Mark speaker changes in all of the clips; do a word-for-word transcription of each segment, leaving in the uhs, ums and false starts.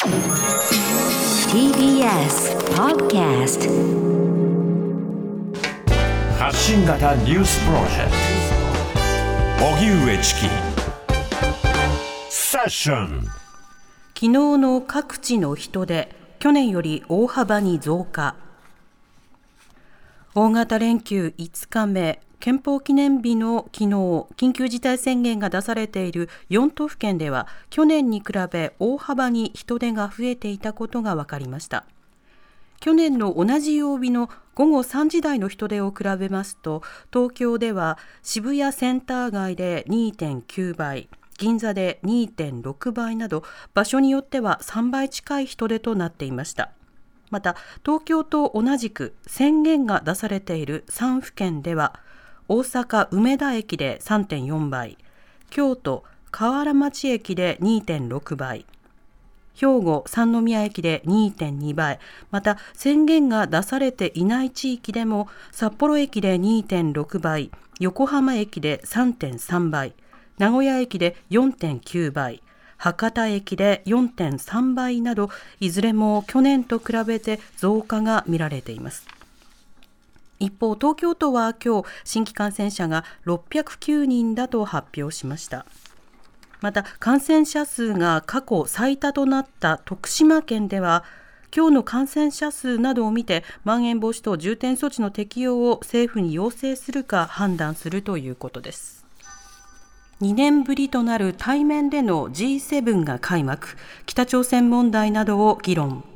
Speaker 1: ティービーエス Podcast
Speaker 2: 発信型ニュースプロジェクト荻上チキセッション。
Speaker 3: 昨日の各地の人出、去年より大幅に増加。大型連休いつかめ、憲法記念日の昨日、緊急事態宣言が出されているよん都府県では、去年に比べ大幅に人出が増えていたことが分かりました。去年の同じ曜日の午後さんじ台の人出を比べますと、東京では渋谷センター街で にてんきゅうばい、銀座で にてんろくばいなど、場所によってはさんばい近い人出となっていました。また、東京と同じく宣言が出されているさん府県では、大阪梅田駅で さんてんよんばい、京都河原町駅で にてんろくばい、兵庫三宮駅で にてんにばい、また宣言が出されていない地域でも札幌駅で にてんろくばい、横浜駅で さんてんさんばい、名古屋駅で よんてんきゅうばい、博多駅で よんてんさんばいなど、いずれも去年と比べて増加が見られています。一方、東京都は今日新規感染者がろっぴゃくきゅうにんだと発表しました。また、感染者数が過去最多となった徳島県では、今日の感染者数などを見て、まん延防止等重点措置の適用を政府に要請するか判断するということです。にねんぶりとなる対面での ジーセブン が開幕、北朝鮮問題などを議論。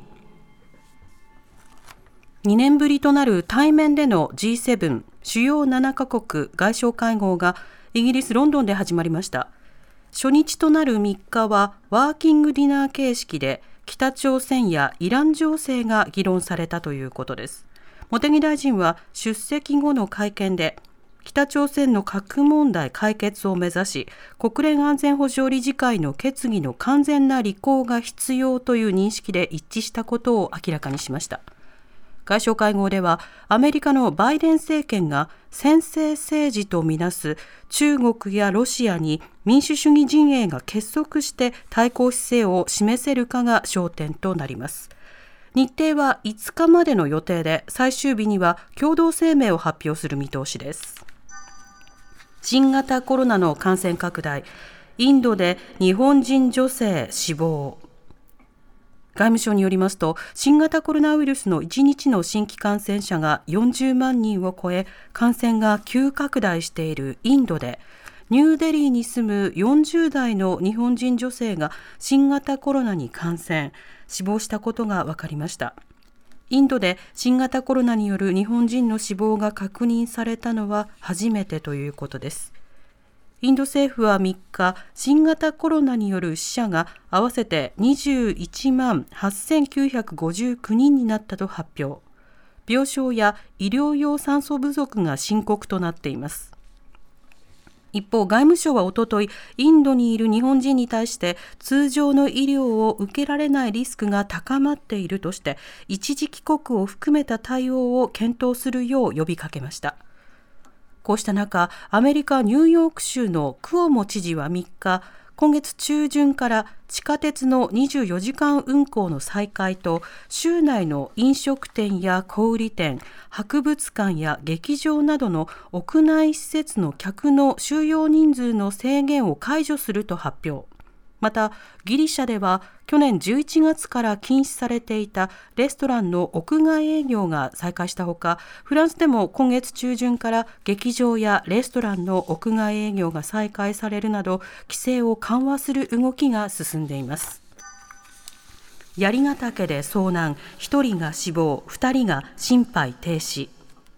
Speaker 3: にねんぶりとなる対面での ジーセブン 主要ななカ国外相会合がイギリス・ロンドンで始まりました。初日となるみっかはワーキングディナー形式で北朝鮮やイラン情勢が議論されたということです。茂木大臣は出席後の会見で、北朝鮮の核問題解決を目指し、国連安全保障理事会の決議の完全な履行が必要という認識で一致したことを明らかにしました。外相会合では、アメリカのバイデン政権が専制政治とみなす中国やロシアに民主主義陣営が結束して対抗姿勢を示せるかが焦点となります。日程はいつかまでの予定で、最終日には共同声明を発表する見通しです。新型コロナの感染拡大、インドで日本人女性死亡。外務省によりますと、新型コロナウイルスのいちにちの新規感染者がよんじゅうまんにんを超え、感染が急拡大しているインドで、ニューデリーに住むよんじゅう代の日本人女性が新型コロナに感染、死亡したことが分かりました。インドで新型コロナによる日本人の死亡が確認されたのは初めてということです。インド政府はみっか、新型コロナによる死者が合わせてにじゅういちまんはっせんきゅうひゃくごじゅうきゅうにんになったと発表。病床や医療用酸素不足が深刻となっています。一方、外務省はおととい、インドにいる日本人に対して通常の医療を受けられないリスクが高まっているとして、一時帰国を含めた対応を検討するよう呼びかけました。こうした中、アメリカ・ニューヨーク州のクオモ知事はみっか、今月中旬から地下鉄のにじゅうよじかん運行の再開と、州内の飲食店や小売店、博物館や劇場などの屋内施設の客の収容人数の制限を解除すると発表。また、ギリシャでは去年じゅういちがつから禁止されていたレストランの屋外営業が再開したほか、フランスでも今月中旬から劇場やレストランの屋外営業が再開されるなど、規制を緩和する動きが進んでいます。槍ヶ岳で遭難、ひとりが死亡、ふたりが心肺停止。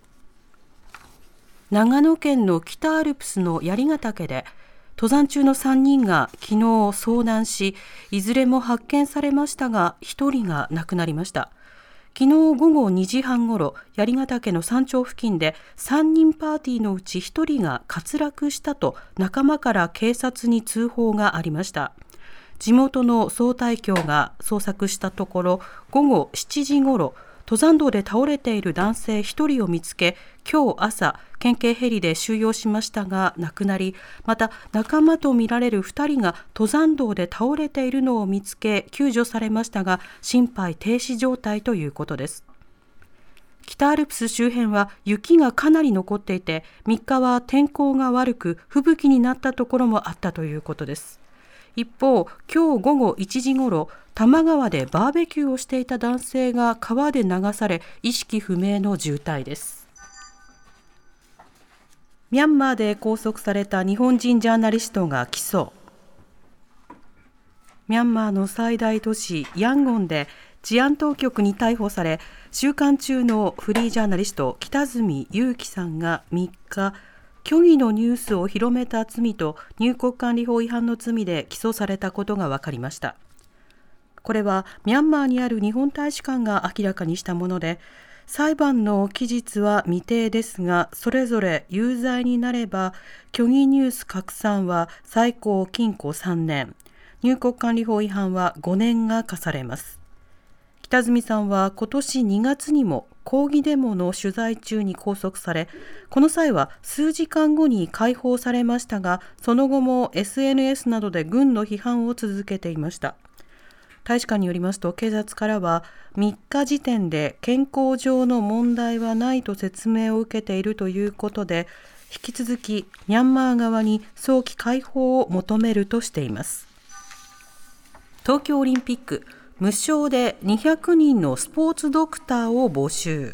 Speaker 3: 長野県の北アルプスの槍ヶ岳で、登山中のさんにんが昨日遭難し、いずれも発見されましたが、ひとりが亡くなりました。昨日午後にじはんごろ、槍ヶ岳の山頂付近でさんにんパーティーのうちひとりが滑落したと仲間から警察に通報がありました。地元の掃隊協が捜索したところ、午後しちじごろ、 登山道で倒れている男性ひとりを見つけ、今日朝県警ヘリで収容しましたが亡くなり、また仲間とみられるふたりが登山道で倒れているのを見つけ救助されましたが心肺停止状態ということです。北アルプス周辺は雪がかなり残っていて、みっかは天候が悪く吹雪になったところもあったということです。一方、今日午後いちじごろ、多摩川でバーベキューをしていた男性が川で流され意識不明の重体です。ミャンマーで拘束された日本人ジャーナリストが起訴。ミャンマーの最大都市ヤンゴンで治安当局に逮捕され収監中のフリージャーナリスト北住裕樹さんがみっか、虚偽のニュースを広めた罪と入国管理法違反の罪で起訴されたことが分かりました。これはミャンマーにある日本大使館が明らかにしたもので、裁判の期日は未定ですが、それぞれ有罪になれば虚偽ニュース拡散は最高禁錮さんねん、入国管理法違反はごねんが課されます。北住さんは今年にがつにも抗議デモの取材中に拘束され、この際は数時間後に解放されましたが、その後も エスエヌエス などで軍の批判を続けていました。大使館によりますと、警察からはみっか時点で健康上の問題はないと説明を受けているということで、引き続きミャンマー側に早期解放を求めるとしています。東京オリンピック、無償でにひゃくにんのスポーツドクターを募集。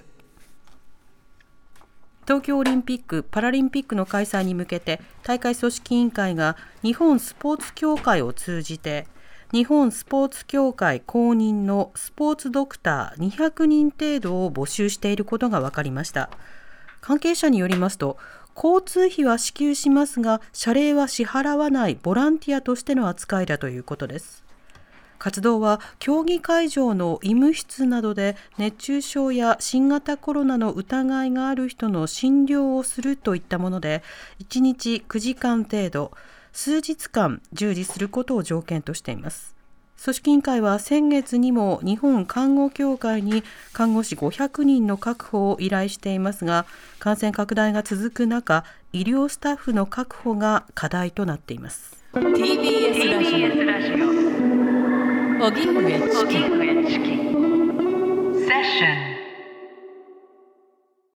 Speaker 3: 東京オリンピック・パラリンピックの開催に向けて大会組織委員会が日本スポーツ協会を通じて日本スポーツ協会公認のスポーツドクターにひゃくにん程度を募集していることが分かりました。関係者によりますと、交通費は支給しますが謝礼は支払わないボランティアとしての扱いだということです。活動は競技会場の医務室などで熱中症や新型コロナの疑いがある人の診療をするといったもので、いちにちくじかん程度、数日間従事することを条件としています。組織委員会は先月にも日本看護協会に看護師ごひゃくにんの確保を依頼していますが、感染拡大が続く中、医療スタッフの確保が課題となっています。ティービーエス ラジオ荻上チキセッション